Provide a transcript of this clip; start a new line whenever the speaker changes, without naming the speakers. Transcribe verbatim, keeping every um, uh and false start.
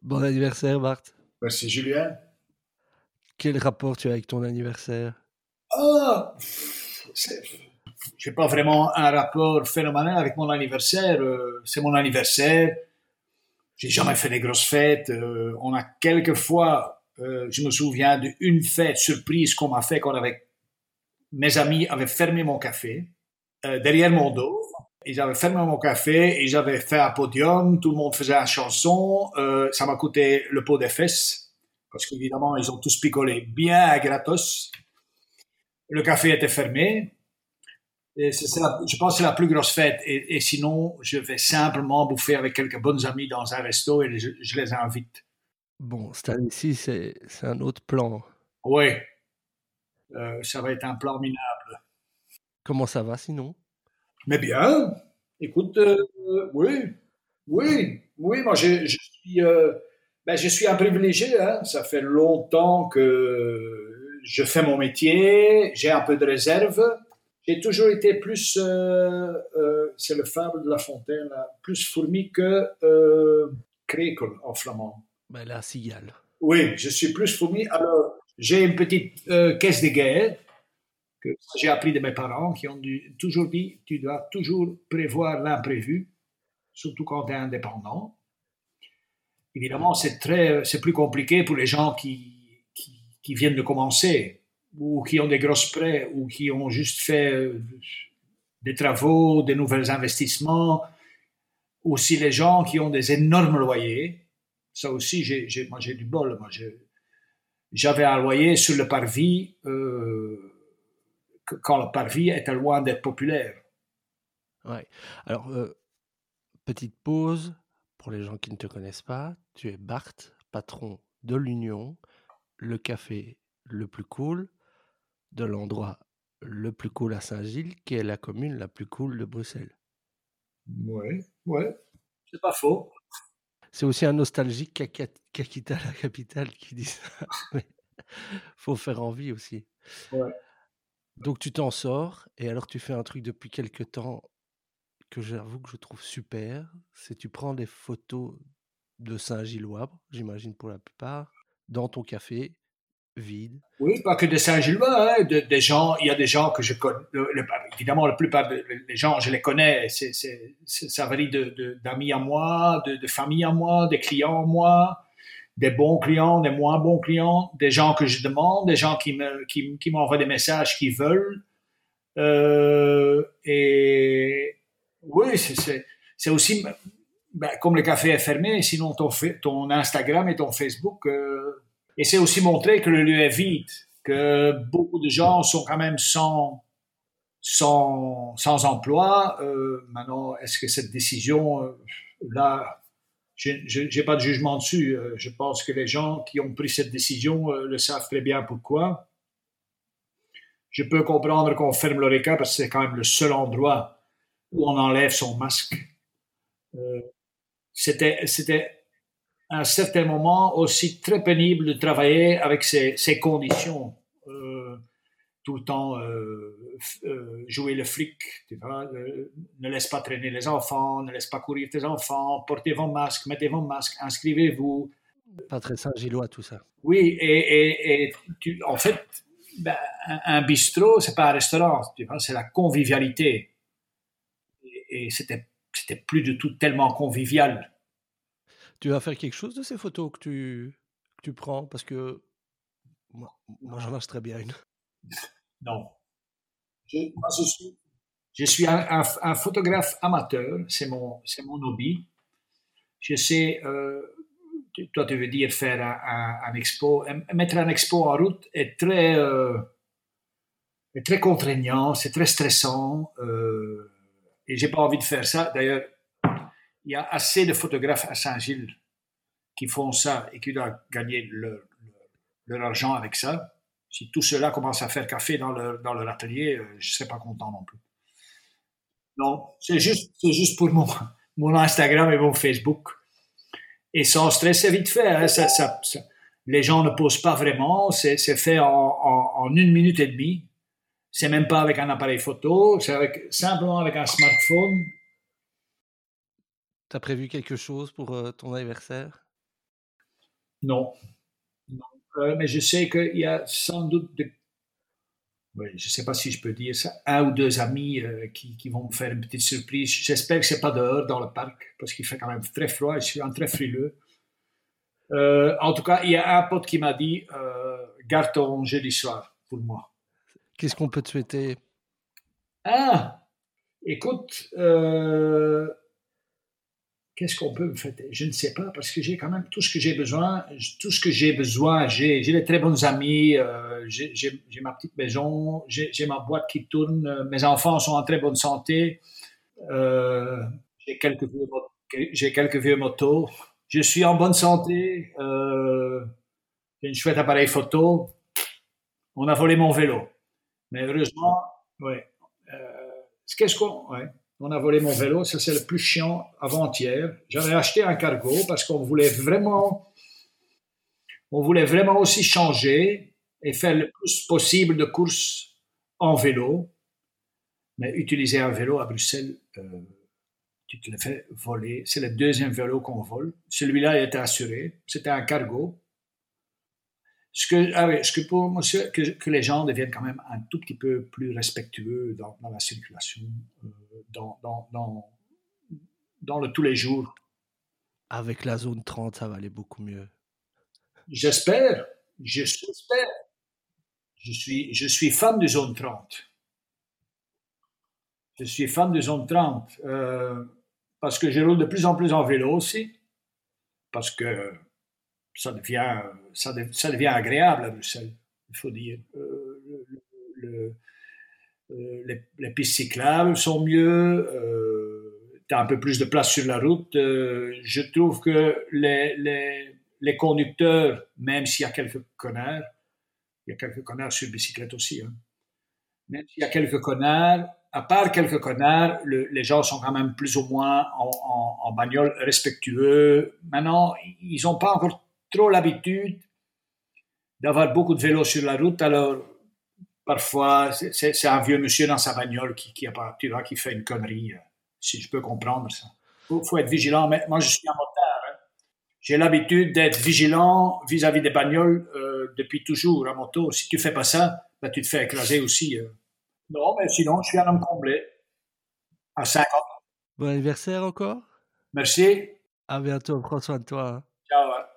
Bon anniversaire, Bart.
Merci, Julien.
Quel rapport tu as avec ton anniversaire?
Ah, c'est- j'ai pas vraiment un rapport phénoménal avec mon anniversaire. euh, c'est mon anniversaire. J'ai jamais fait des grosses fêtes. euh, on a quelques fois, euh, je me souviens d'une fête surprise qu'on m'a fait quand avec mes amis avaient fermé mon café euh, derrière mon dos. Ils avaient fermé mon café, ils avaient fait un podium, tout le monde faisait une chanson. euh, ça m'a coûté le pot des fesses parce qu'évidemment ils ont tous picolé bien à gratos. Le café était fermé. Et c'est c'est la- je pense que c'est la plus grosse fête. Et, et sinon, je vais simplement bouffer avec quelques bonnes amis dans un resto et je, je les invite.
Bon, cette année-ci, c'est c'est un autre plan.
Oui, euh, ça va être un plan minable.
Comment ça va sinon?
Mais bien, écoute, euh, oui, oui, oui, moi je, je suis, euh, ben, je suis un privilégié. Hein. Ça fait longtemps que je fais mon métier, j'ai un peu de réserve. J'ai toujours été plus, euh, euh, c'est le fable de La Fontaine, là, plus fourmi que euh, crécole en flamand.
Ben, la cigale.
Oui, je suis plus fourmi. Alors, j'ai une petite euh, caisse de guerre que j'ai appris de mes parents qui ont dû- toujours dit, tu dois toujours prévoir l'imprévu, surtout quand tu es indépendant. Évidemment, c'est très, c'est plus compliqué pour les gens qui, qui, qui viennent de commencer ou qui ont des grosses prêts ou qui ont juste fait euh, des travaux, des nouveaux investissements. Aussi les gens qui ont des énormes loyers. Ça aussi, j'ai, j'ai, moi j'ai du bol. Moi, j'ai- j'avais un loyer sur le parvis euh, quand le parvis était loin d'être populaire.
Ouais. Alors, euh, petite pause pour les gens qui ne te connaissent pas. Tu es Bart, patron de l'Union, le café le plus cool, de l'endroit le plus cool à Saint-Gilles, qui est la commune la plus cool de Bruxelles.
Oui, oui, c'est pas faux.
C'est aussi un nostalgique qui a, qui a- qui a quitté la capitale qui dit ça. Mais faut faire envie aussi.
Ouais.
Donc tu t'en sors et alors tu fais un truc depuis quelque temps que j'avoue que je trouve super, c'est tu prends des photos de Saint-Gilloise, j'imagine pour la plupart, dans ton café vide.
Oui, pas que de Saint-Gillois, hein, de- des gens, il y a des gens que je connais, le- le- évidemment, la plupart des gens, je les connais, c'est, c'est, c'est- ça varie de, de- d'amis à moi, de, de famille à moi, des clients à moi, des bons clients, des moins bons clients, des gens que je demande, des gens qui me, qui, qui m'envoient des messages qu'ils veulent. Euh, et oui, c'est, c'est, c'est aussi, ben, comme le café est fermé, sinon ton, ton Instagram et ton Facebook, euh, et c'est aussi montrer que le lieu est vide, que beaucoup de gens sont quand même sans, sans, sans emploi. Euh, maintenant, est-ce que cette décision, euh, là, je n'ai pas de jugement dessus. Euh, je pense que les gens qui ont pris cette décision euh, le savent très bien pourquoi. Je peux comprendre qu'on ferme l'Oreca parce que c'est quand même le seul endroit où on enlève son masque. Euh, c'était, c'était à un certain moment aussi très pénible de travailler avec ces, ces conditions. Euh, tout le temps euh, euh, jouer le flic, tu vois, euh, ne laisse pas traîner les enfants, ne laisse pas courir tes enfants, portez vos masques, mettez vos masques, inscrivez-vous.
Pas très Saint-Gillois tout ça.
Oui, et, et, et tu, en fait, ben, un, un bistrot, c'est pas un restaurant, tu vois, c'est la convivialité. Et, et c'était, c'était plus du tout tellement convivial.
Tu vas faire quelque chose de ces photos que tu, que tu prends parce que moi, moi j'en achèterais bien une.
Non. Je, moi, je suis, je suis un, un, un photographe amateur, c'est mon, c'est mon hobby. Je sais, euh, toi tu veux dire faire un, un, un expo, mettre un expo en route est très, euh, est très contraignant, c'est très stressant, euh, et j'ai pas envie de faire ça. D'ailleurs, il y a assez de photographes à Saint-Gilles qui font ça et qui doivent gagner leur, leur argent avec ça. Si tout cela commence à faire café dans leur, dans leur atelier, euh, je ne serais pas content non plus. Non, c'est juste, c'est juste pour mon, mon Instagram et mon Facebook. Et sans stress, c'est vite fait. Hein. Ça, ça, ça, les gens ne posent pas vraiment. C'est, c'est fait en, en, en une minute et demie. C'est même pas avec un appareil photo. C'est avec, simplement avec un smartphone.
T'as prévu quelque chose pour euh, ton anniversaire?
Non. non. Euh, mais je sais qu'il y a sans doute, de, oui, je ne sais pas si je peux dire ça, un ou deux amis euh, qui, qui vont me faire une petite surprise. J'espère que c'est pas dehors dans le parc parce qu'il fait quand même très froid et je suis un très frileux. Euh, en tout cas, il y a un pote qui m'a dit euh, garde ton jeudi soir pour moi.
Qu'est-ce qu'on peut te souhaiter?
Ah, écoute, euh, qu'est-ce qu'on peut me fêter? Je ne sais pas, parce que j'ai quand même tout ce que j'ai besoin. Tout ce que j'ai besoin, j'ai, j'ai des très bons amis, euh, j'ai, j'ai- j'ai ma petite maison, j'ai, j'ai ma boîte qui tourne, euh, mes enfants sont en très bonne santé, euh, j'ai quelques vieux, mo- j'ai quelques vieux motos, je suis en bonne santé, euh, j'ai une chouette appareil photo. On a volé mon vélo, mais heureusement, ouais. Euh, qu'est-ce qu'on, ouais. On a volé mon vélo, ça c'est le plus chiant avant-hier. J'avais acheté un cargo parce qu'on voulait vraiment, on voulait vraiment aussi changer et faire le plus possible de courses en vélo. Mais utiliser un vélo à Bruxelles, euh, tu te le fais voler. C'est le deuxième vélo qu'on vole. Celui-là, il était assuré. C'était un cargo. Ce que, ah oui, ce que pour monsieur, que, que les gens deviennent quand même un tout petit peu plus respectueux dans, dans la circulation, euh, dans, dans, dans, dans le tous les jours.
Avec la zone trente, ça va aller beaucoup mieux.
J'espère, j'espère. Je suis, je suis fan de zone trente. Je suis fan de zone trente euh, parce que je roule de plus en plus en vélo aussi, parce que ça devient, ça, de- ça devient agréable à Bruxelles, il faut dire. Euh, le- le- euh, les, les pistes cyclables sont mieux, euh, tu as un peu plus de place sur la route. Euh, je trouve que les, les, les conducteurs, même s'il y a quelques connards, il y a quelques connards sur bicyclette aussi, hein, même s'il y a quelques connards, à part quelques connards, le, les gens sont quand même plus ou moins en, en, en bagnole respectueux. Maintenant, ils n'ont pas encore trop l'habitude d'avoir beaucoup de vélos sur la route, alors parfois, c'est c'est un vieux monsieur dans sa bagnole qui, qui, a pas, tu vois, qui fait une connerie, euh, si je peux comprendre ça. Il faut, faut être vigilant. Mais moi, je suis un motard. Hein. J'ai l'habitude d'être vigilant vis-à-vis des bagnoles euh, depuis toujours à moto. Si tu fais pas ça, ben, tu te fais écraser aussi. euh. Non, mais sinon, je suis un homme comblé. À cinquante.
Bon anniversaire encore.
Merci.
À bientôt. Prends soin de toi, hein.
Ciao.